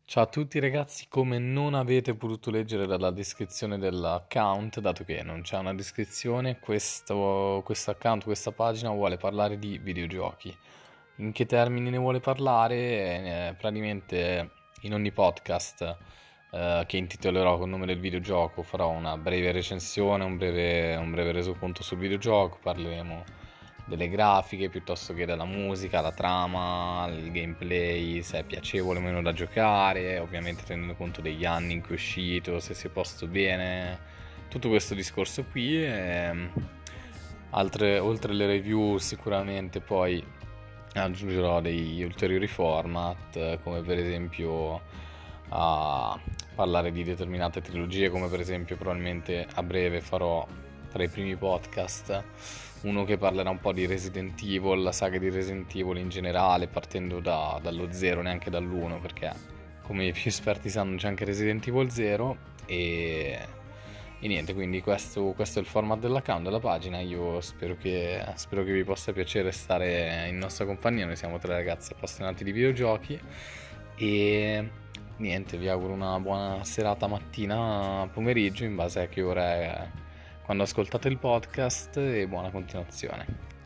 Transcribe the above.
Ciao a tutti ragazzi, come non avete potuto leggere dalla descrizione dell'account, dato che non c'è una descrizione, questo account, questa pagina vuole parlare di videogiochi. In che termini ne vuole parlare? Praticamente in ogni podcast che intitolerò col nome del videogioco farò una breve recensione, un breve resoconto sul videogioco, parleremo delle grafiche piuttosto che della musica, la trama, il gameplay, se è piacevole o meno da giocare, ovviamente tenendo conto degli anni in cui è uscito, se si è posto bene, tutto questo discorso qui. Oltre alle review sicuramente poi aggiungerò degli ulteriori format, come per esempio a parlare di determinate trilogie, come per esempio probabilmente a breve farò tra i primi podcast uno che parlerà un po' di Resident Evil, la saga di Resident Evil in generale, partendo dallo 0, neanche dall'1, perché come i più esperti sanno c'è anche Resident Evil 0 e niente, quindi questo è il format dell'account, della pagina. Io spero che vi possa piacere stare in nostra compagnia. Noi siamo tre ragazzi appassionati di videogiochi e niente, vi auguro una buona serata, mattina, pomeriggio, in base a che ora è quando ascoltate il podcast, e buona continuazione.